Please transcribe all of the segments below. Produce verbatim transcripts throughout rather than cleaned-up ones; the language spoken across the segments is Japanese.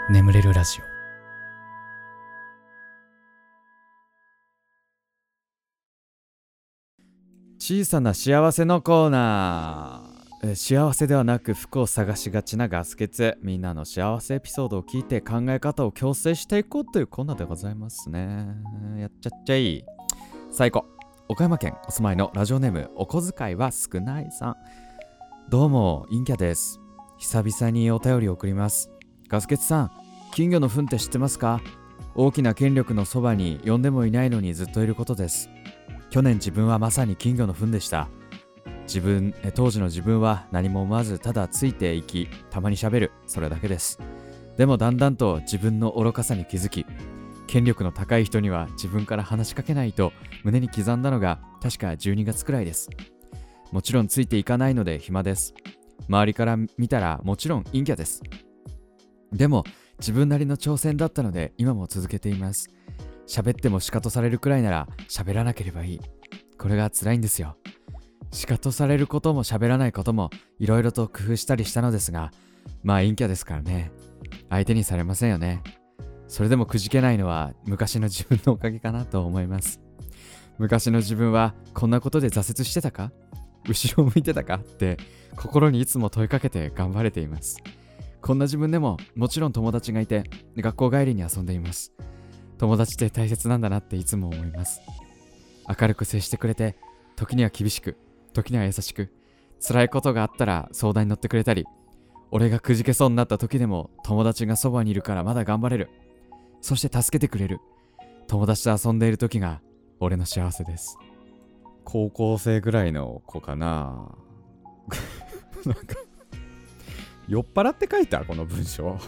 眠れるラジオ。小さな幸せのコーナー。え幸せではなく服を探しがちなガス欠、みんなの幸せエピソードを聞いて考え方を矯正していこうというコーナーでございますね。やっちゃっちゃい最高。岡山県お住まいのラジオネームお小遣いは少ないさん。どうも陰キャです。久々にお便りを送ります。ガス欠さん、金魚の糞って知ってますか？大きな権力のそばに呼んでもいないのにずっといることです。去年自分はまさに金魚の糞でした。自分え当時の自分は何も思わずただついていき、たまに喋る、それだけです。でもだんだんと自分の愚かさに気づき、権力の高い人には自分から話しかけないと胸に刻んだのが確かじゅうにがつくらいです。もちろんついていかないので暇です。周りから見たらもちろん陰キャです。でも自分なりの挑戦だったので今も続けています。喋ってもシカトされるくらいなら喋らなければいい。これが辛いんですよ。シカトされることも喋らないこともいろいろと工夫したりしたのですが、まあ陰キャですからね、相手にされませんよね。それでもくじけないのは昔の自分のおかげかなと思います。昔の自分はこんなことで挫折してたか、後ろを向いてたかって心にいつも問いかけて頑張れています。こんな自分でももちろん友達がいて学校帰りに遊んでいます。友達って大切なんだなっていつも思います。明るく接してくれて、時には厳しく、時には優しく、辛いことがあったら相談に乗ってくれたり、俺がくじけそうになった時でも友達がそばにいるからまだ頑張れる、そして助けてくれる友達と遊んでいる時が俺の幸せです。高校生ぐらいの子かななんか酔っ払って書いたこの文章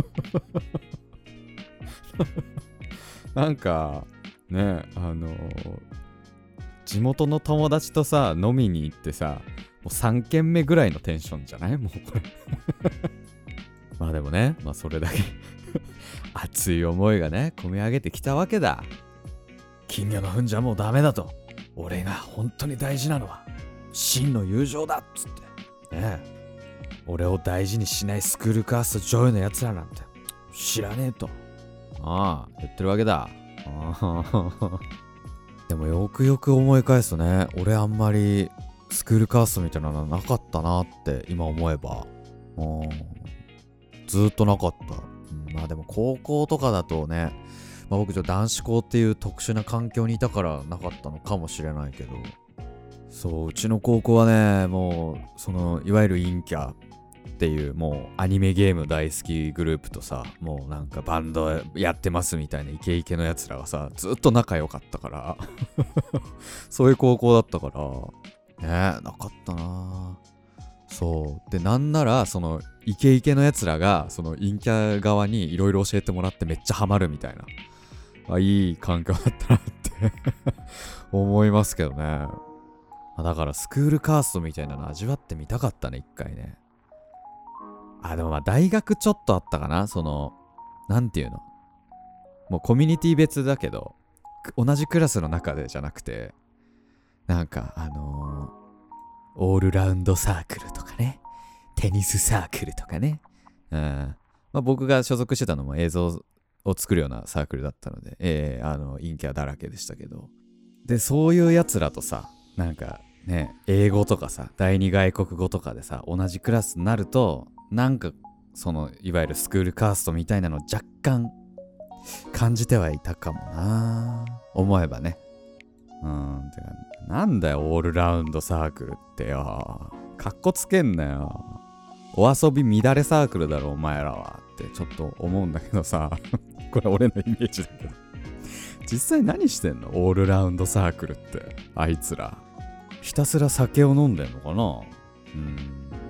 なんかね、あのー、地元の友達とさ飲みに行ってさ、もうさんけんめぐらいのテンションじゃない？もうこれまあでもね、まあそれだけ熱い思いがね込み上げてきたわけだ。金魚の糞じゃもうダメだと、俺が本当に大事なのは真の友情だっつってねえ、俺を大事にしないスクールカースト上位のやつらなんて知らねえと、ああ言ってるわけだ。あでもよくよく思い返すとね、俺あんまりスクールカーストみたいなのはなかったなって今思えば、うんずーっとなかった、うん、まあでも高校とかだとね、まあ、僕ちょっと男子校っていう特殊な環境にいたからなかったのかもしれないけど、そううちの高校はね、もうそのいわゆる陰キャっていうもうアニメゲーム大好きグループとさ、もうなんかバンドやってますみたいなイケイケのやつらがさずっと仲良かったからそういう高校だったからね、なかったな。そうで、なんならそのイケイケのやつらがその陰キャ側にいろいろ教えてもらってめっちゃハマるみたいな、あいい環境だったなって思いますけどね。だからスクールカーストみたいなの味わってみたかったね、一回ね。あ、でもまあ大学ちょっとあったかな。そのなんていうの、もうコミュニティ別だけど同じクラスの中でじゃなくて、なんかあのー、オールラウンドサークルとかね、テニスサークルとかね、うん、まあ、僕が所属してたのも映像を作るようなサークルだったので、えー、あの陰キャだらけでしたけど、でそういうやつらとさ、なんかね、英語とかさ第二外国語とかでさ同じクラスになると、なんかそのいわゆるスクールカーストみたいなの若干感じてはいたかもな、思えばね。うーん、てかなんだよオールラウンドサークルってよ、かっこつけんなよ、お遊び乱れサークルだろお前らはってちょっと思うんだけどさこれ俺のイメージだけど実際何してんのオールラウンドサークルって。あいつらひたすら酒を飲んでんのかな。うん、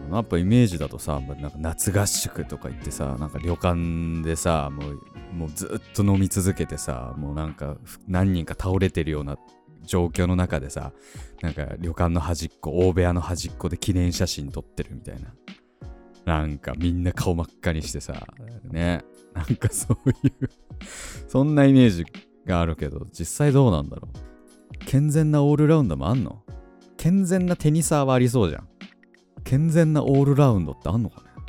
やっぱイメージだとさ、なんか夏合宿とか行ってさ、なんか旅館でさ、もうもうずっと飲み続けてさ、もうなんか何人か倒れてるような状況の中でさ、なんか旅館の端っこ、大部屋の端っこで記念写真撮ってるみたいな、なんかみんな顔真っ赤にしてさね、なんかそういうそんなイメージがあるけど、実際どうなんだろう。健全なオールラウンドもあんの？健全なテニサーはありそうじゃん。健全なオールラウンドってあんのかね。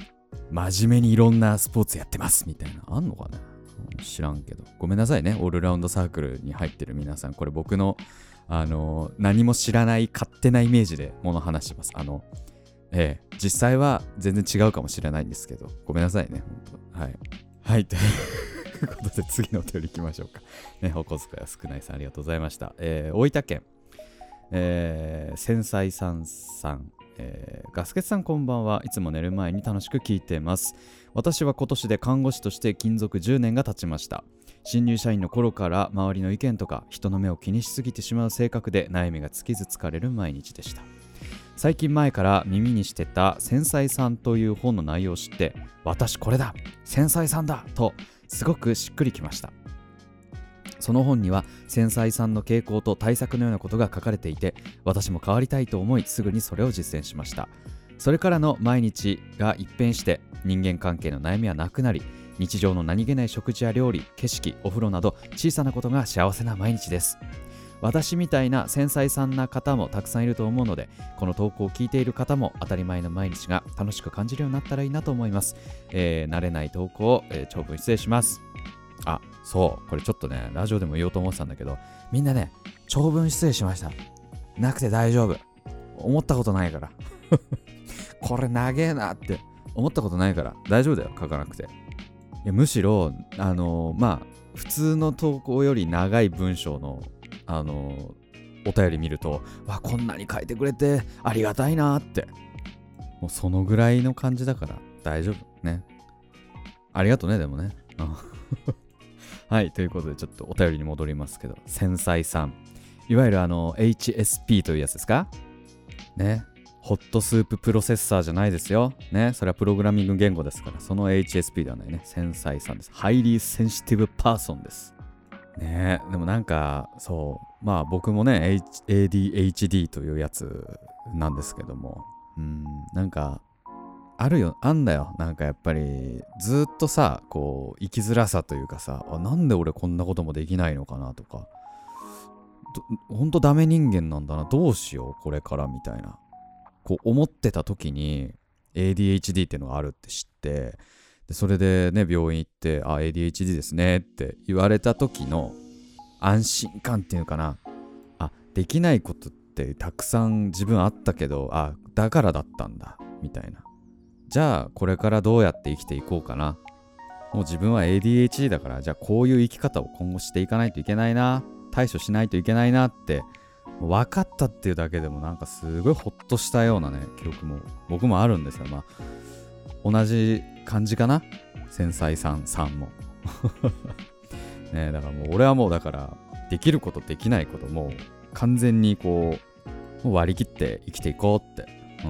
真面目にいろんなスポーツやってますみたいなあんのかね、知らんけど、ごめんなさいね、オールラウンドサークルに入ってる皆さん。これ僕のあの何も知らない勝手なイメージで物話します。あのええ実際は全然違うかもしれないんですけど、ごめんなさいね、本当。はいはいということで次のお便り行きましょうかね。お小遣いは少ないさんありがとうございました。えー、大分県、えー、繊細さんさん、えー、ガスケツさんこんばんは。いつも寝る前に楽しく聞いてます。私は今年で看護師として勤続じゅうねんが経ちました。新入社員の頃から周りの意見とか人の目を気にしすぎてしまう性格で悩みが尽きず疲れる毎日でした。最近前から耳にしてた繊細さんという本の内容を知って、私これだ繊細さんだとすごくしっくりきました。その本には繊細さんの傾向と対策のようなことが書かれていて、私も変わりたいと思いすぐにそれを実践しました。それからの毎日が一変して人間関係の悩みはなくなり、日常の何気ない食事や料理、景色、お風呂など小さなことが幸せな毎日です。私みたいな繊細さんな方もたくさんいると思うので、この投稿を聞いている方も当たり前の毎日が楽しく感じるようになったらいいなと思います。えー、慣れない投稿を、えー、長文失礼します。あ、そうこれちょっとねラジオでも言おうと思ってたんだけど、みんなね長文失礼しましたなくて大丈夫、思ったことないからこれ長えなって思ったことないから大丈夫だよ、書かなくて。いやむしろあのー、まあ普通の投稿より長い文章のあのー、お便り見ると、わこんなに書いてくれてありがたいなって、もうそのぐらいの感じだから大丈夫ね。ありがとうねでもねはいということでちょっとお便りに戻りますけど、繊細さん、いわゆるあの エイチエスピー というやつですかね。ホットスーププロセッサーじゃないですよね。それはプログラミング言語ですから、その エイチエスピー ではないね。繊細さんです。ハイリーセンシティブパーソンですね。でもなんかそうまあ僕もね エーディーエイチディー というやつなんですけども、うんなんかあるよ、あんだよ。なんかやっぱりずっとさこう生きづらさというかさ、あなんで俺こんなこともできないのかなとか、ほんとダメ人間なんだな、どうしようこれからみたいなこう思ってた時に エーディーエイチディー っていうのがあるって知って、でそれでね病院行ってあ エーディーエイチディー ですねって言われた時の安心感っていうかな、あできないことってたくさん自分あったけど、あだからだったんだみたいな、じゃあこれからどうやって生きていこうかな、もう自分は エーディーエイチディー だから、じゃあこういう生き方を今後していかないといけないな、対処しないといけないなって分かったっていうだけでもなんかすごいホッとしたようなね記憶も僕もあるんですよ。まあ同じ感じかな、繊細さんさんもね。だからもう俺はもうだからできることできないこともう完全にこうもう割り切って生きていこうって、うん、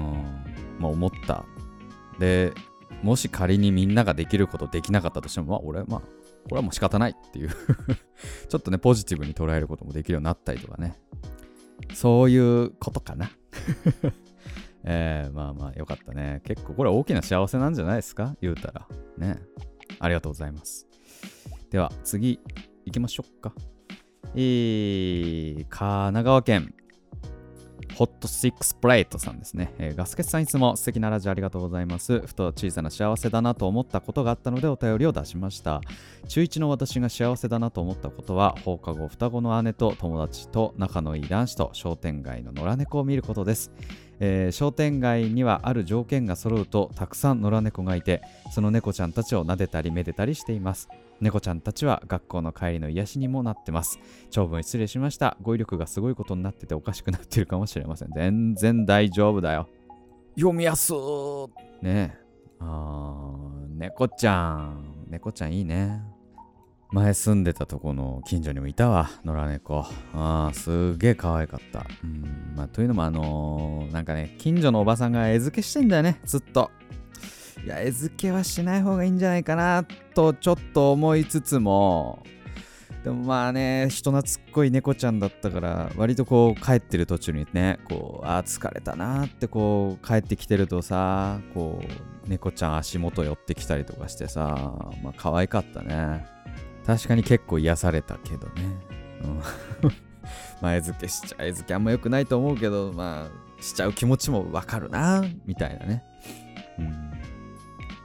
まあ、思った。でもし仮にみんなができることできなかったとしても、まあ俺はまあこれはもう仕方ないっていうちょっとねポジティブに捉えることもできるようになったりとかね、そういうことかなえー、まあまあよかったね。結構これ大きな幸せなんじゃないですか、言うたらね。ありがとうございます。では次行きましょうか。えー、神奈川県ホットシックスプレートさんですね、えー、ガスケツさんいつも素敵なラジオありがとうございます。ふと小さな幸せだなと思ったことがあったのでお便りを出しました。中いちの私が幸せだなと思ったことは、放課後双子の姉と友達と仲のいい男子と商店街の野良猫を見ることです。えー、商店街にはある条件が揃うとたくさん野良猫がいて、その猫ちゃんたちを撫でたりめでたりしています。猫ちゃんたちは学校の帰りの癒しにもなってます。長文失礼しました。語彙力がすごいことになってておかしくなってるかもしれません。全然大丈夫だよ。読みやすーねえ。あー猫ちゃん猫ちゃんいいね。前住んでたとこの近所にもいたわ、野良猫。あーすげえ可愛かった。うんまあというのもあのー、なんかね近所のおばさんが餌付けしてんだよね、ずっと。いや餌付けはしない方がいいんじゃないかなとちょっと思いつつも、でもまあね人懐っこい猫ちゃんだったから割とこう帰ってる途中にねこうあー疲れたなってこう帰ってきてるとさ、こう猫ちゃん足元寄ってきたりとかしてさ、まあ可愛かったね。確かに結構癒されたけどね、うん、まあ餌付けしちゃ餌付けあんま良くないと思うけど、まあしちゃう気持ちもわかるなみたいなね。うん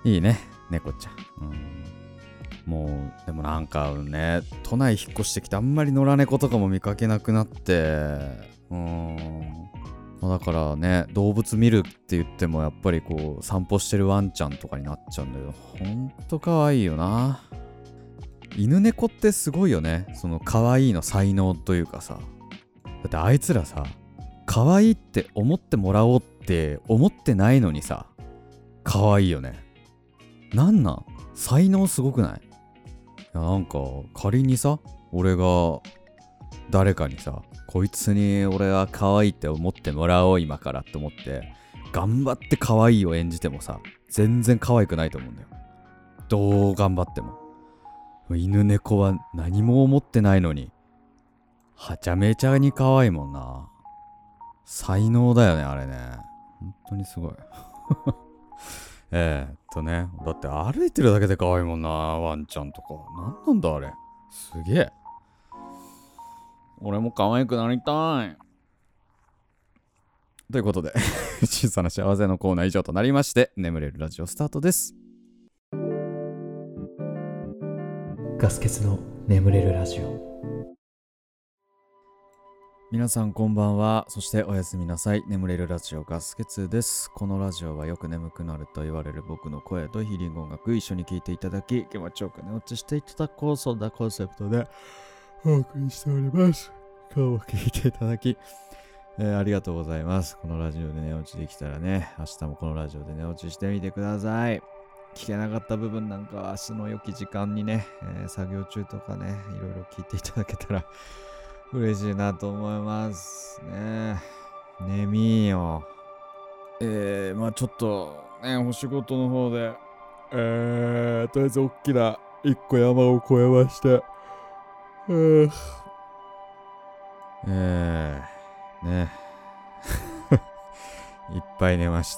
いいね、猫ちゃん。うん、もう、でもなんかね、都内引っ越してきてあんまり野良猫とかも見かけなくなって、うーん。だからね、動物見るって言ってもやっぱりこう散歩してるワンちゃんとかになっちゃうんだけど、ほんと可愛いよな。犬猫ってすごいよね。その可愛いの才能というかさ。だってあいつらさ、可愛いって思ってもらおうって思ってないのにさ、可愛いよね。なんなん才能すごくない？いやなんか仮にさ、俺が誰かにさ、こいつに俺は可愛いって思ってもらおう今からって思って頑張って可愛いを演じてもさ、全然可愛くないと思うんだよ。どう頑張っても。犬猫は何も思ってないのにはちゃめちゃに可愛いもんな。才能だよねあれね。本当にすごい。えーっとね、だって歩いてるだけで可愛いもんな、ワンちゃんとか。なんなんだあれ。すげえ。俺も可愛くなりたい。ということで小さな幸せのコーナー以上となりまして、眠れるラジオスタートです。 ガス欠の眠れるラジオ。 皆さんこんばんは。そしておやすみなさい。眠れるラジオガス欠です。このラジオはよく眠くなると言われる僕の声とヒーリング音楽一緒に聴いていただき、気持ちよく寝落ちしていただこう、そんなコンセプトでお送りしております。今日も聴いていただき、えー、ありがとうございます。このラジオで寝落ちできたらね、明日もこのラジオで寝落ちしてみてください。聞けなかった部分なんかは明日の良き時間にね、えー、作業中とかね、いろいろ聞いていただけたら嬉しいなと思いますね。眠いよ。えー、まあちょっとね、お仕事の方で、えー、とりあえず大きな一個山を越えまして、えー、えー、ね、いっぱい寝ました。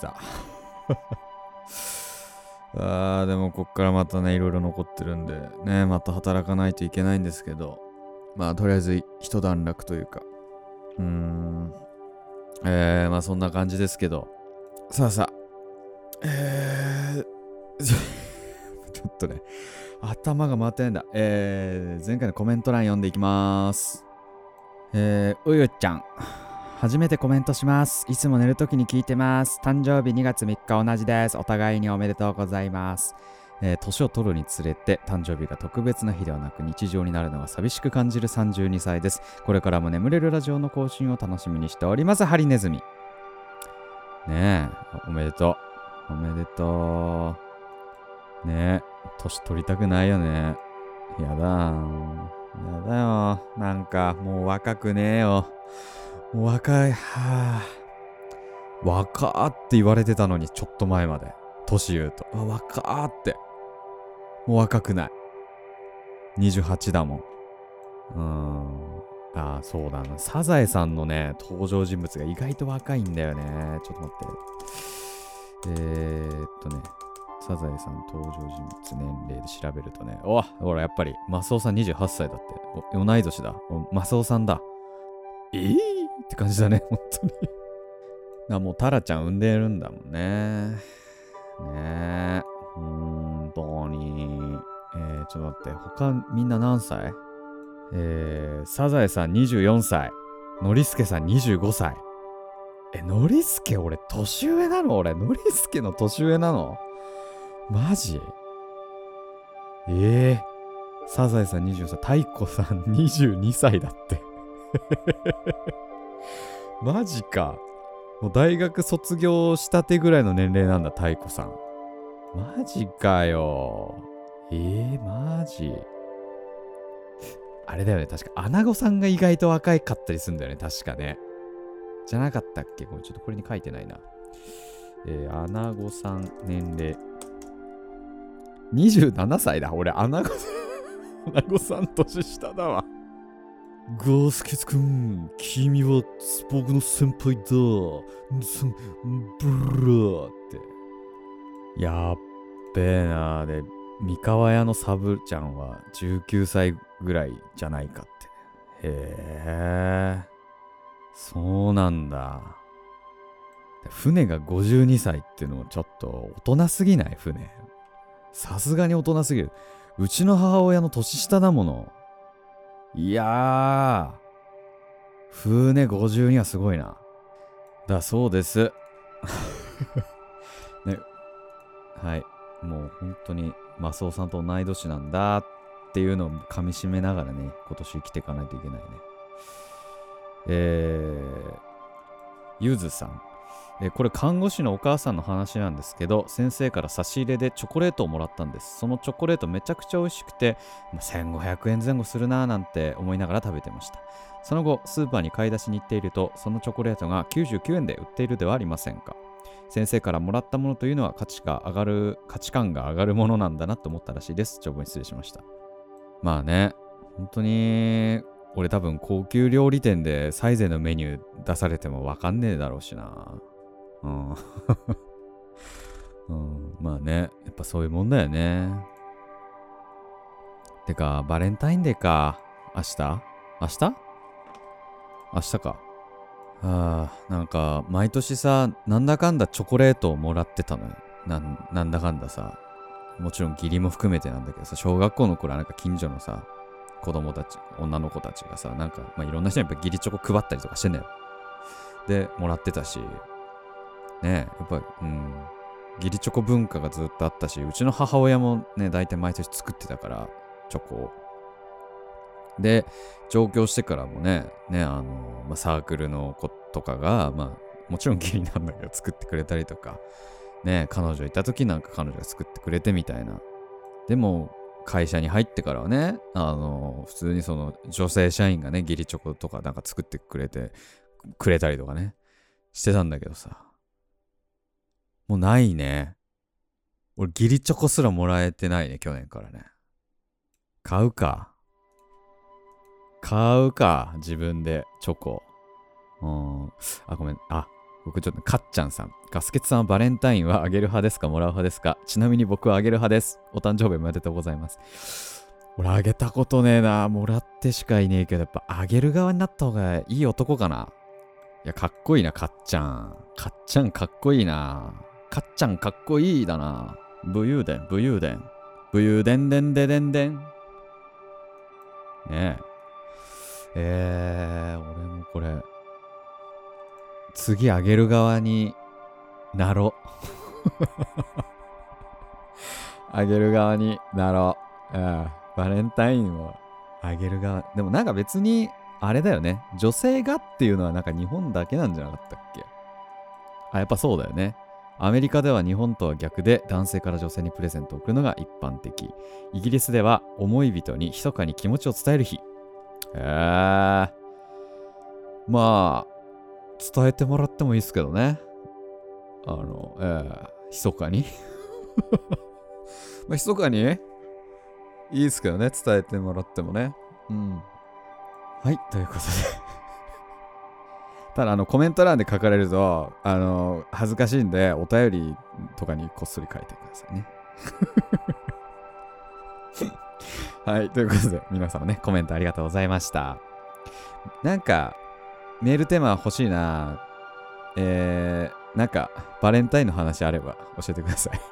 あー、でもこっからまたね、いろいろ残ってるんで、ね、また働かないといけないんですけど、まあとりあえず一段落というか、うーん、えー、まあそんな感じですけど、さあさあ、えー、ちょっとね、頭が回ってないんだ。えー、前回のコメント欄読んでいきまーす。えー、うゆちゃん。初めてコメントします。いつも寝るときに聞いてます。誕生日にがつみっか同じです。お互いにおめでとうございます。えー、年を取るにつれて誕生日が特別な日ではなく日常になるのが寂しく感じるさんじゅうにさいです。これからも眠れるラジオの更新を楽しみにしております。ハリネズミ。ねえ、おめでとう。おめでとう。ねえ、年取りたくないよね。やだー。やだよ。なんかもう若くねえよ。もう若い。はぁ。若ーって言われてたのに、ちょっと前まで。年言うと。あ、若ーって。もう若くない。にじゅうはちだもん。うーん。ああ、そうだな。サザエさんのね、登場人物が意外と若いんだよね。ちょっと待って。えーっとね。サザエさん登場人物年齢で調べるとね。おほら、やっぱり、マスオさんにじゅうはっさいだって。お同い年だ。マスオさんだ。えーって感じだね、本当に。あ、もうタラちゃん産んでるんだもんね。ねえ。本当に。えー、ちょっと待って。他みんな何歳？えー、サザエさんにじゅうよんさい。ノリスケさんにじゅうごさい。え、ノリスケ俺年上なの？俺、ノリスケの年上なの？マジ？えー、サザエさんにじゅうさん、タイコさんにじゅうにさいだって。マジか。もう大学卒業したてぐらいの年齢なんだ、タイコさん。マジかよ。えー、マジ。あれだよね、確か、アナゴさんが意外と若いかったりするんだよね、確かね。じゃなかったっけ？これちょっとこれに書いてないな。えー、アナゴさん年齢。にじゅうななさいだ。俺、アナゴさん、アナゴさん年下だわ。ガスケツくん、君は僕の先輩だ。ブラーって。やっべえな。で、三河屋のサブちゃんはじゅうきゅうさいぐらいじゃないかって。へえ。そうなんだ。船がごじゅうにさいっていうのもちょっと大人すぎない？船。 さすがに大人すぎる。うちの母親の年下だもの。いやー、風ねごじゅうにはすごいな。だそうです。ね、はい。もう本当にマスオさんと同い年なんだっていうのを噛み締めながらね、今年生きていかないといけないね。えー、ゆずさん。えーこれ看護師のお母さんの話なんですけど、先生から差し入れでチョコレートをもらったんです。そのチョコレートめちゃくちゃ美味しくて、まあせんごひゃくえん前後するなーなんて思いながら食べてました。その後スーパーに買い出しに行っていると、そのチョコレートがきゅうじゅうきゅうえんで売っているではありませんか。先生からもらったものというのは価値が上がる価値観が上がるものなんだなと思ったらしいです。長文失礼しました。まあね、本当に俺多分高級料理店でサイゼのメニュー出されても分かんねえだろうしな。うん、うん、まあね、やっぱそういうもんだよね。てかバレンタインデーか。明日明日明日か。ああ、なんか毎年さ、なんだかんだチョコレートをもらってたのよ。なん、なんだかんださ、もちろん義理も含めてなんだけどさ、小学校の頃はなんか近所のさ、子供たち、女の子たちがさ、なんか、まあ、いろんな人にやっぱ義理チョコ配ったりとかしてんだよ。で、もらってたし、ねえ、やっぱ、うん、義理チョコ文化がずっとあったし、うちの母親もね、大体毎年作ってたから、チョコを。で、上京してからもね、ね、あの、まあ、サークルの子とかが、まあ、もちろん義理なんだけど作ってくれたりとか、ね、彼女いた時なんか彼女が作ってくれてみたいな。でも、会社に入ってからはね、あの、普通にその女性社員がね、義理チョコとかなんか作ってくれて、くれたりとかね、してたんだけどさ、もうないね。俺、義理チョコすらもらえてないね、去年からね。買うか。買うか、自分でチョコ。うん。あ、ごめん。あ、僕ちょっと、かっちゃんさん。ガスケツさんはバレンタインはあげる派ですかもらう派ですか。ちなみに僕はあげる派です。お誕生日おめでとうございます。俺あげたことねえな。もらってしかいねえけど、やっぱあげる側になった方がいい男かな。いや、かっこいいな、かっちゃん。かっちゃんかっこいいな。かっちゃんかっこいいだな。武勇伝、武勇伝。武勇伝でんででんでん。ねえ。えー、俺もこれ、次あげる側になろう。あげる側になろう。うん。バレンタインをあげる側。でもなんか別に、あれだよね。女性がっていうのはなんか日本だけなんじゃなかったっけ。あ、やっぱそうだよね。アメリカでは日本とは逆で男性から女性にプレゼントを送るのが一般的。イギリスでは思い人に密かに気持ちを伝える日。へえー。まあ、伝えてもらってもいいですけどね。あの、えー、密かに。まあ、密かにいいですけどね。伝えてもらってもね。うん。はい、ということで。ただ、あの、コメント欄で書かれると、あの、恥ずかしいんで、お便りとかにこっそり書いてくださいね。はい、ということで、皆様ね、コメントありがとうございました。なんか、メールテーマ欲しいな。えー、なんか、バレンタインの話あれば教えてください。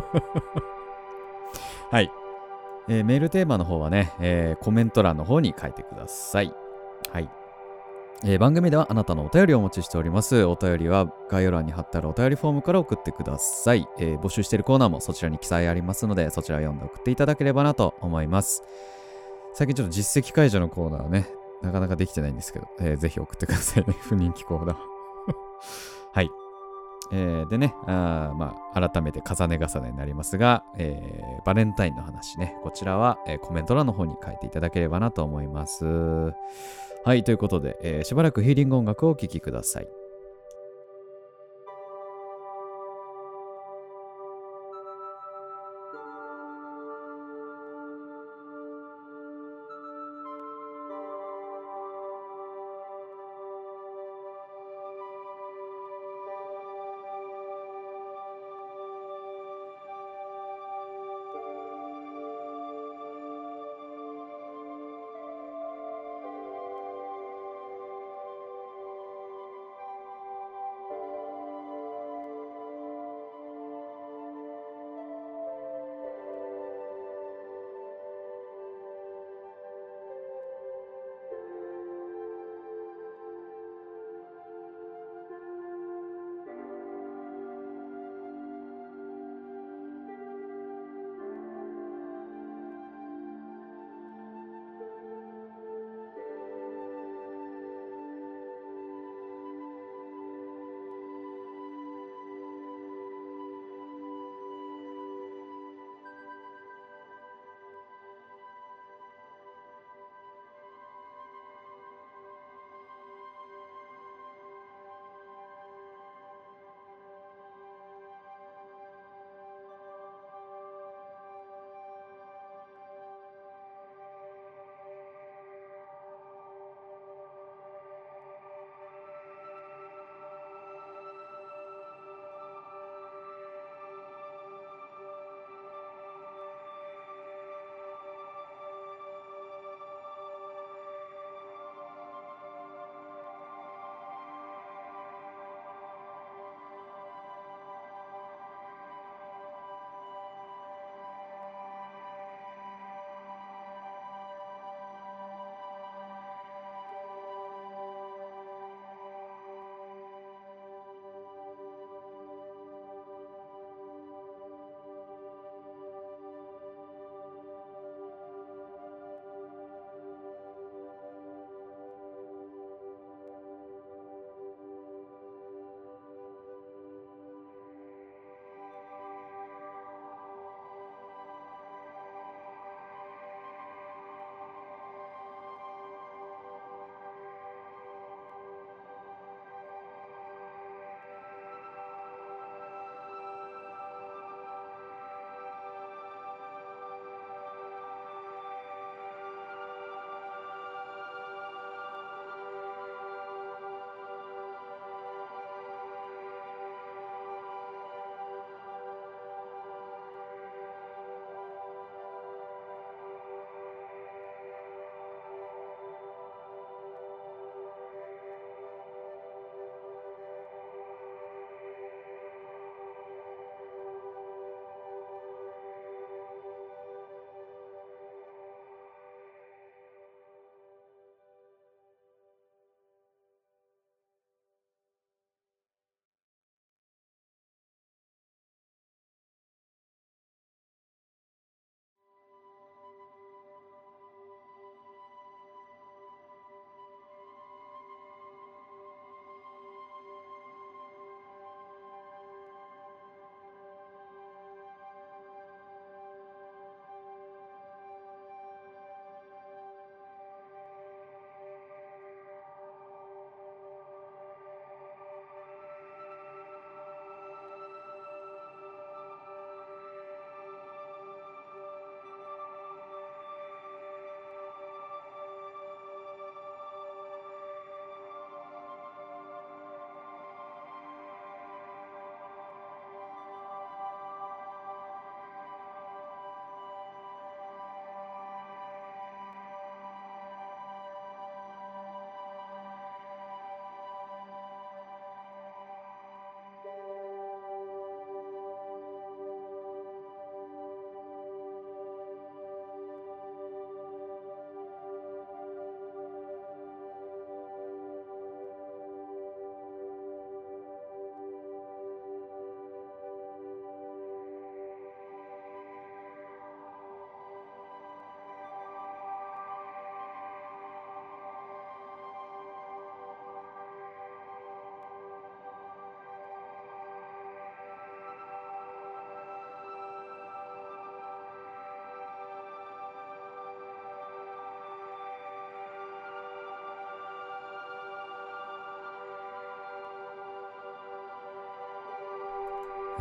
はい、えー。メールテーマの方はね、えー、コメント欄の方に書いてください。はい。えー、番組ではあなたのお便りをお待ちしております。お便りは概要欄に貼ってあるお便りフォームから送ってください。えー、募集しているコーナーもそちらに記載ありますので、そちらを読んで送っていただければなと思います。最近ちょっと実績解除のコーナーはね、なかなかできてないんですけど、えー、ぜひ送ってくださいね。不人気コーナー。はい。えー、でね、あまあ、改めて重ね重ねになりますが、えー、バレンタインの話ね、こちらは、えー、コメント欄の方に書いていただければなと思います。はい、ということで、えー、しばらくヒーリング音楽をお聴きください。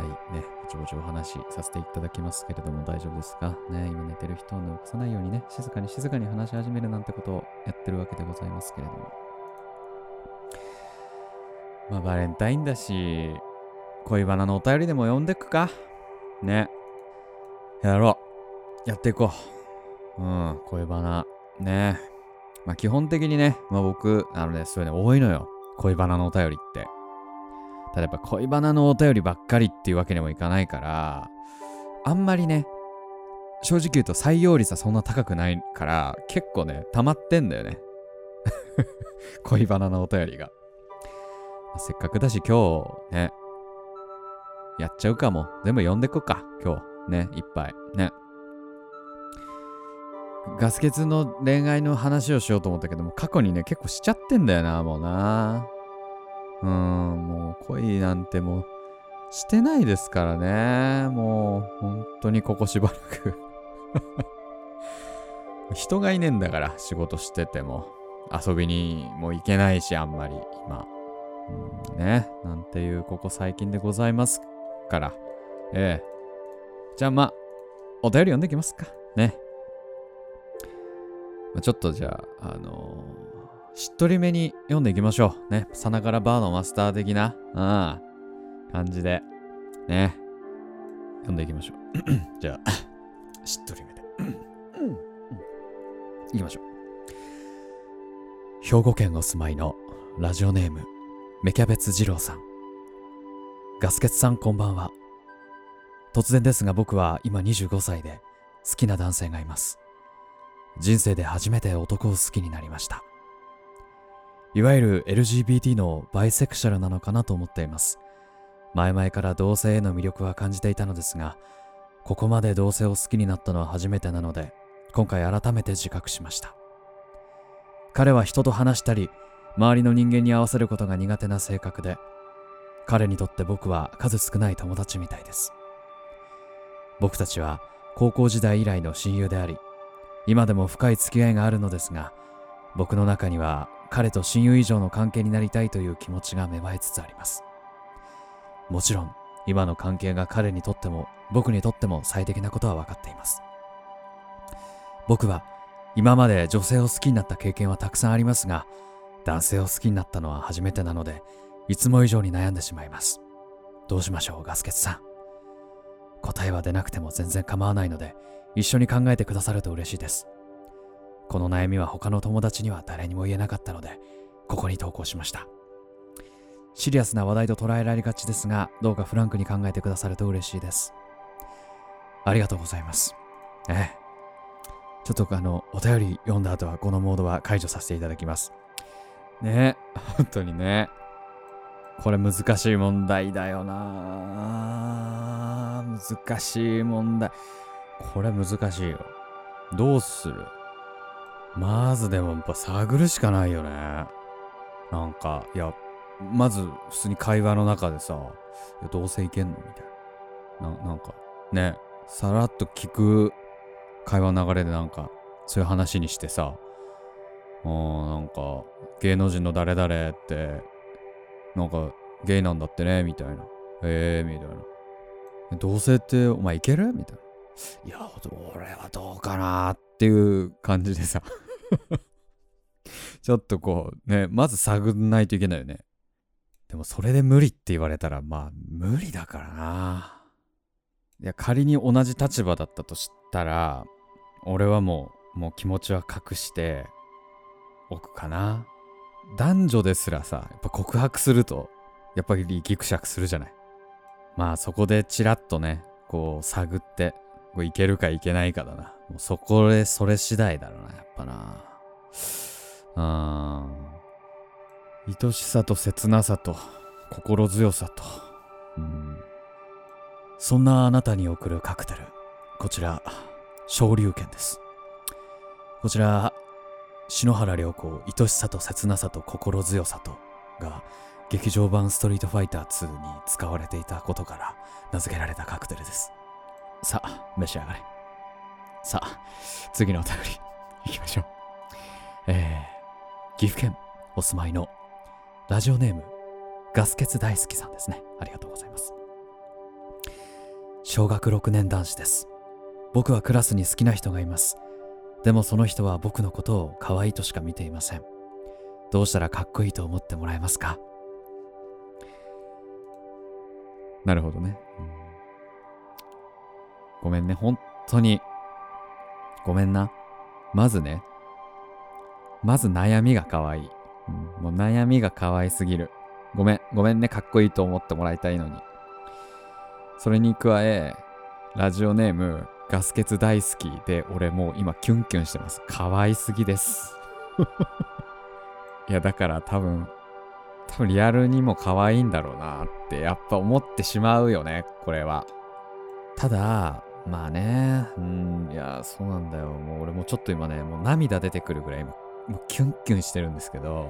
ね、ぼちぼちお話しさせていただきますけれども大丈夫ですかね。今寝てる人を起こさないようにね、静かに静かに話し始めるなんてことをやってるわけでございますけれども。まあバレンタインだし、恋バナのお便りでも読んでくか。ね。やろう。やっていこう。うん、恋バナ。ね。まあ基本的にね、まあ僕、あのね、そういうの多いのよ。恋バナのお便りって。ただやっぱ恋バナのお便りばっかりっていうわけにもいかないから、あんまりね、正直言うと採用率はそんな高くないから、結構ね、溜まってんだよね。恋バナのお便りが。せっかくだし今日ね、やっちゃうかも。全部読んでくか、今日。ね、いっぱい。ね。ガス欠の恋愛の話をしようと思ったけども、過去にね、結構しちゃってんだよな、もうな。うーん、もう恋なんてもう、してないですからね。もう、本当にここしばらく。人がいねえんだから、仕事してても。遊びにも行けないし、あんまり、今。うん、ね。なんていう、ここ最近でございますから。ええ。じゃあまあ、お便り読んできますか。ね。まあ、ちょっとじゃあ、あのー、しっとりめに読んでいきましょう。ね。さながらバーのマスター的な、うん、感じで、ね。読んでいきましょう。じゃあ、しっとりめで。いきましょう。兵庫県お住まいのラジオネーム、芽キャベツ二郎さん。ガスケツさんこんばんは。突然ですが僕は今にじゅうごさいで好きな男性がいます。人生で初めて男を好きになりました。いわゆる エルジービーティー のバイセクシャルなのかなと思っています。前々から同性への魅力は感じていたのですが、ここまで同性を好きになったのは初めてなので、今回改めて自覚しました。彼は人と話したり、周りの人間に合わせることが苦手な性格で、彼にとって僕は数少ない友達みたいです。僕たちは高校時代以来の親友であり、今でも深い付き合いがあるのですが、僕の中には彼と親友以上の関係になりたいという気持ちが芽生えつつあります。もちろん今の関係が彼にとっても僕にとっても最適なことは分かっています。僕は今まで女性を好きになった経験はたくさんありますが、男性を好きになったのは初めてなので、いつも以上に悩んでしまいます。どうしましょう、ガスケツさん。答えは出なくても全然構わないので、一緒に考えてくださると嬉しいです。この悩みは他の友達には誰にも言えなかったので、ここに投稿しました。シリアスな話題と捉えられがちですが、どうかフランクに考えてくださると嬉しいです。ありがとうございます。ええ。ちょっとあの、お便り読んだ後はこのモードは解除させていただきます。ねえ、本当にね。これ難しい問題だよな。難しい問題。これ難しいよ。どうする？まずでもやっぱ探るしかないよね。なんか、いや、まず普通に会話の中でさ、いやどうせいけんのみたいな。な、なんか、ね、さらっと聞く会話の流れでなんか、そういう話にしてさ、あーなんか、芸能人の誰々って、なんか、ゲイなんだってね、みたいな。えー、みたいな。同性ってお前いけるみたいな。いや、俺はどうかなっていう感じでさ。ちょっとこう、ね、まず探んないといけないよね。でもそれで無理って言われたら、まあ、無理だからな。いや、仮に同じ立場だったとしたら、俺はもう、もう気持ちは隠しておくかな。男女ですらさ、やっぱ告白すると、やっぱりギクシャクするじゃない。まあそこでチラッとね、こう探って、こういけるかいけないかだな。もうそこでそれ次第だろうな、やっぱな。あー愛しさと切なさと心強さと、うん、そんなあなたに送るカクテル。こちら、昇竜拳です。こちら、篠原涼子、愛しさと切なさと心強さとが劇場版ストリートファイターツーに使われていたことから名付けられたカクテルです。さあ、召し上がれ。さあ、次のお便り行きましょう。えー、岐阜県お住まいのラジオネームガスケツ大好きさんですね。ありがとうございます。 小学ろくねん男子です。僕はクラスに好きな人がいます。でもその人は僕のことを可愛いとしか見ていません。どうしたらかっこいいと思ってもらえますか？ なるほどね、うん、ごめんね、本当にごめんな。まずねまず悩みが可愛い、うん、もう悩みが可愛すぎる。ごめんごめんね、かっこいいと思ってもらいたいのに。それに加え、ラジオネームガスケツ大好きで、俺もう今キュンキュンしてます。可愛すぎですいやだから多分多分リアルにも可愛いんだろうなってやっぱ思ってしまうよね、これは。ただまあね、うん、いやそうなんだよ。もう俺もちょっと今ね、もう涙出てくるぐらい今もうキュンキュンしてるんですけど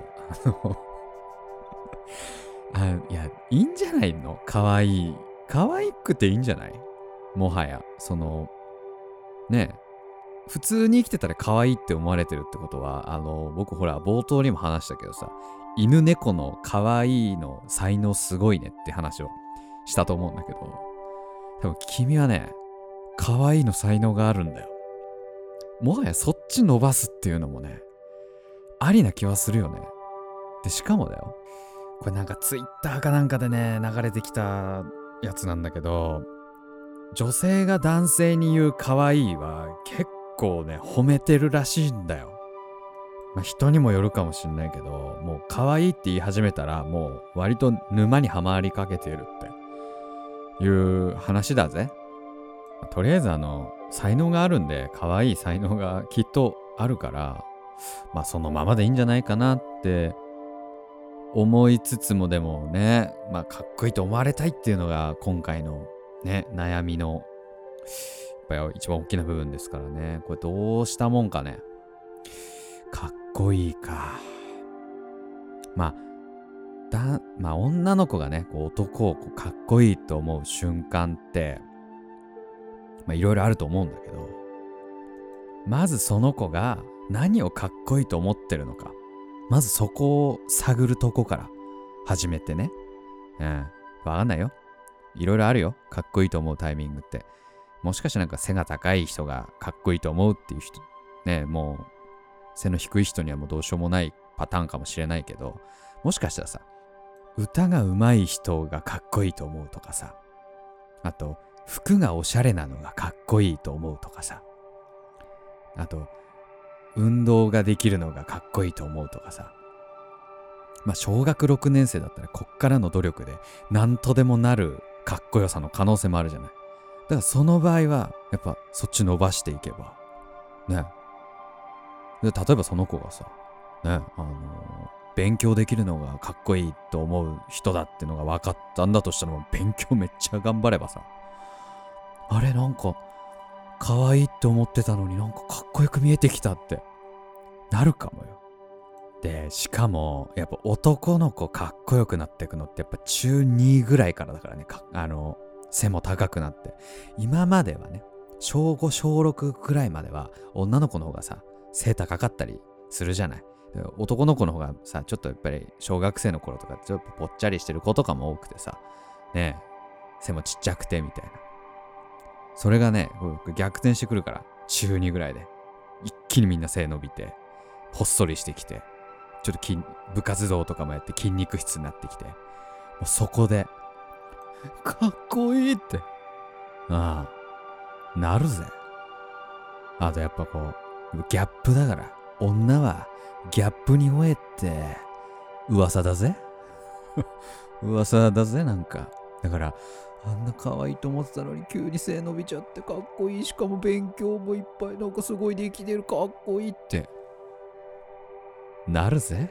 あいやいいんじゃないの、可愛い可愛くていいんじゃない？もはやそのねえ、普通に生きてたら可愛いって思われてるってことは、あの僕ほら冒頭にも話したけどさ、犬猫の可愛いの才能すごいねって話をしたと思うんだけど、多分君はね可愛いの才能があるんだよ。もはやそっち伸ばすっていうのもねありな気はするよね。でしかもだよ、これなんかツイッターかなんかでね流れてきたやつなんだけど、女性が男性に言う可愛いは結構ね褒めてるらしいんだよ。まあ人にもよるかもしんないけど、もう可愛いって言い始めたらもう割と沼にはまりかけてるっていう話だぜ。とりあえずあの才能があるんで、可愛い才能がきっとあるから、まあそのままでいいんじゃないかなって思いつつも、でもね、まあかっこいいと思われたいっていうのが今回のね悩みのやっぱり一番大きな部分ですからね。これどうしたもんかね。かっこいいか。まあだまあ女の子がねこう男をこうかっこいいと思う瞬間ってまあいろいろあると思うんだけど、まずその子が何をかっこいいと思ってるのか、まずそこを探るとこから始めてね。うん。わかんないよ。いろいろあるよ。かっこいいと思うタイミングって。もしかしてなんか背が高い人がかっこいいと思うっていう人、ね、もう背の低い人にはもうどうしようもないパターンかもしれないけど、もしかしたらさ、歌が上手い人がかっこいいと思うとかさ、あと服がおしゃれなのがかっこいいと思うとかさ、あと運動ができるのがかっこいいと思うとかさ、まあ小学ろくねん生だったらこっからの努力で何とでもなるかっこよさの可能性もあるじゃない。だからその場合はやっぱそっち伸ばしていけばね。で例えばその子がさね、あのー、勉強できるのがかっこいいと思う人だってのが分かったんだとしたら、もう勉強めっちゃ頑張ればさ、あれなんか可愛いって思ってたのになんかかっこよく見えてきたってなるかもよ。でしかもやっぱ男の子かっこよくなっていくのってやっぱ中にぐらいからだからね。かあの背も高くなって、今まではね小ご小ろくくらいまでは女の子の方がさ背高かったりするじゃない。男の子の方がさちょっとやっぱり小学生の頃とかちょっとぽっちゃりしてる子とかも多くてさね、背もちっちゃくてみたいな。それがね逆転してくるから、中にぐらいで一気にみんな背伸びてほっそりしてきて、ちょっと筋部活動とかもやって筋肉質になってきて、もうそこでかっこいいってああなるぜ。あとやっぱこうギャップだから、女はギャップに吠えって噂だぜ噂だぜ。なんかだからあんな可愛いと思ってたのに急に背伸びちゃってかっこいい、しかも勉強もいっぱいなんかすごいできてる、かっこいいってなるぜ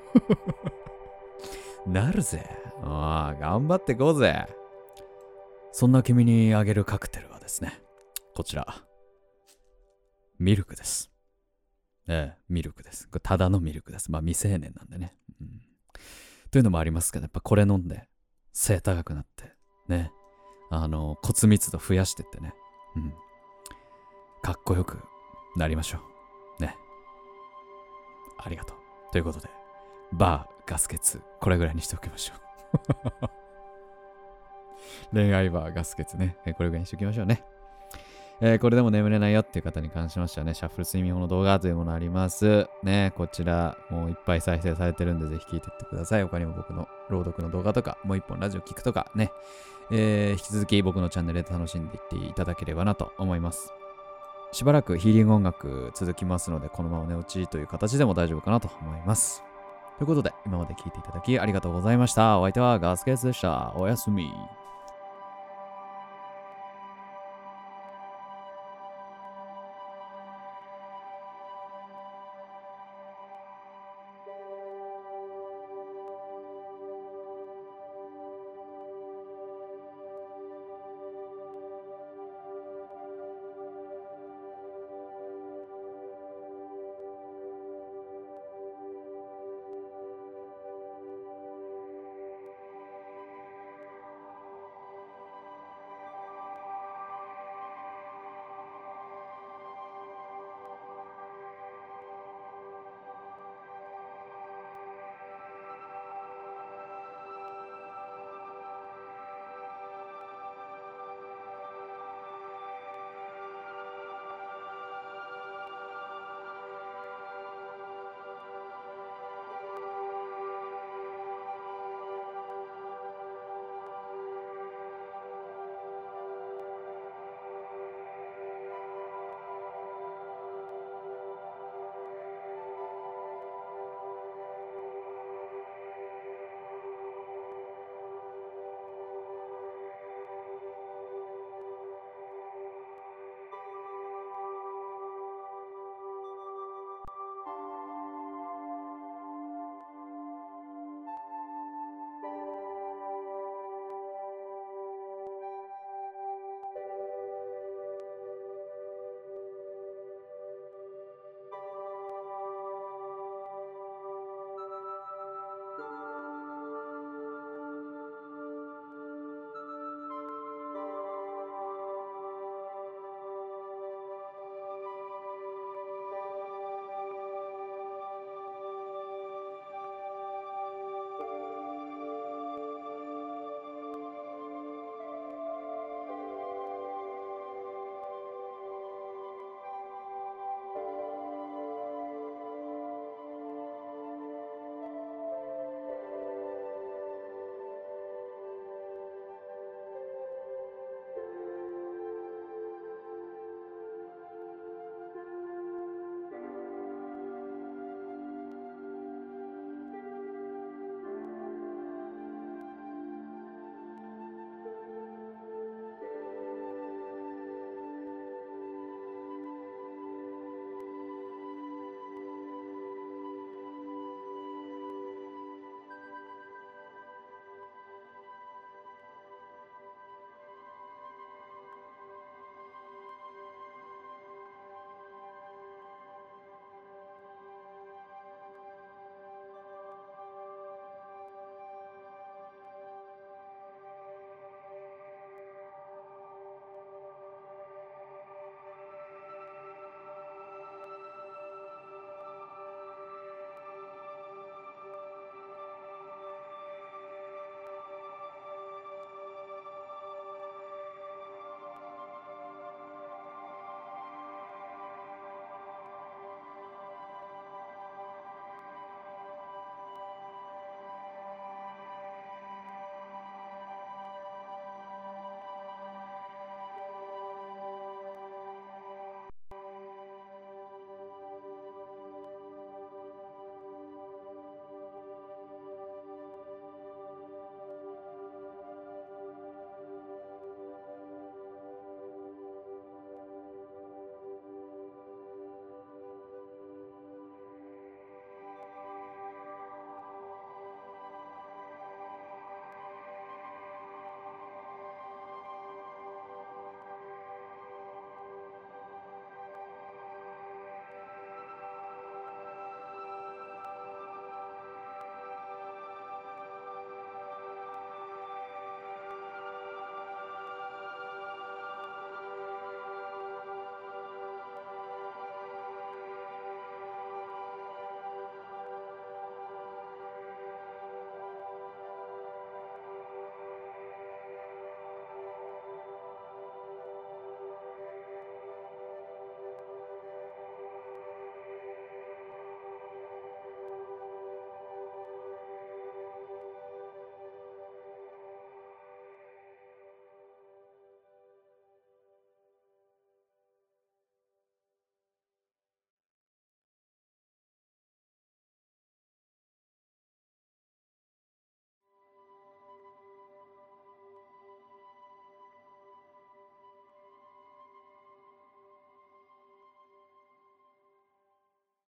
なるぜ。ああ頑張ってこうぜ。そんな君にあげるカクテルはですね、こちらミルクです。ええミルクです。これただのミルクです。まあ未成年なんでね、うん、というのもありますけど、やっぱこれ飲んで背高くなってね、あの骨密度増やしてってね、うん、かっこよくなりましょうね。ありがとうということで、バーガスケツこれぐらいにしておきましょう恋愛バーガスケツね。えーこれぐらいにしておきましょうね。えーこれでも眠れないよっていう方に関しましてはね、シャッフル睡眠法の動画というものあります。ね、こちらもういっぱい再生されてるんで、ぜひ聞いてってください。他にも僕の朗読の動画とか、もう一本ラジオ聞くとかね、えー引き続き僕のチャンネルで楽しんでいっていただければなと思います。しばらくヒーリング音楽続きますので、このまま寝落ちという形でも大丈夫かなと思います。ということで、今まで聞いていただきありがとうございました。お相手はガスケツでした。おやすみ。